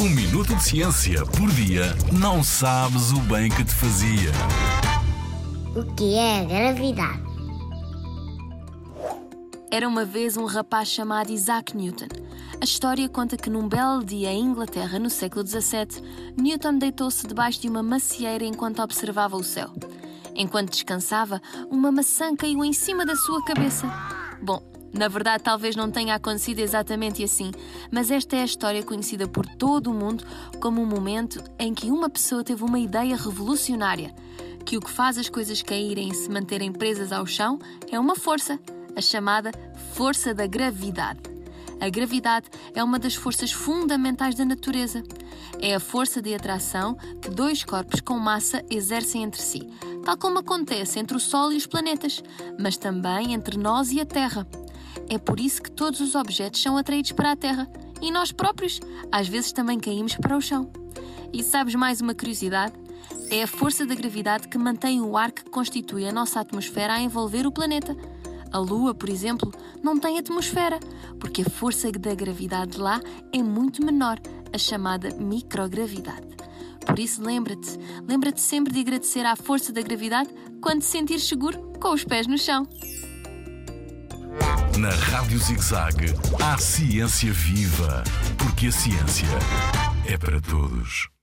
Um minuto de ciência por dia não sabes o bem que te fazia. O que é a gravidade? Era uma vez um rapaz chamado Isaac Newton. A história conta que num belo dia em Inglaterra, no século XVII, Newton deitou-se debaixo de uma macieira enquanto observava o céu. Enquanto descansava, uma maçã caiu em cima da sua cabeça. Bom, na verdade talvez não tenha acontecido exatamente assim, mas esta é a história conhecida por todo o mundo como um momento em que uma pessoa teve uma ideia revolucionária, que o que faz as coisas caírem e se manterem presas ao chão é uma força, a chamada força da gravidade. A gravidade é uma das forças fundamentais da natureza. É a força de atração que dois corpos com massa exercem entre si, tal como acontece entre o Sol e os planetas, mas também entre nós e a Terra. É por isso que todos os objetos são atraídos para a Terra e nós próprios, às vezes, também caímos para o chão. E sabes mais uma curiosidade? É a força da gravidade que mantém o ar que constitui a nossa atmosfera a envolver o planeta. A Lua, por exemplo, não tem atmosfera, porque a força da gravidade lá é muito menor, a chamada microgravidade. Por isso, lembra-te sempre de agradecer à força da gravidade quando te sentires seguro com os pés no chão. Na Rádio ZigZag há ciência viva, porque a ciência é para todos.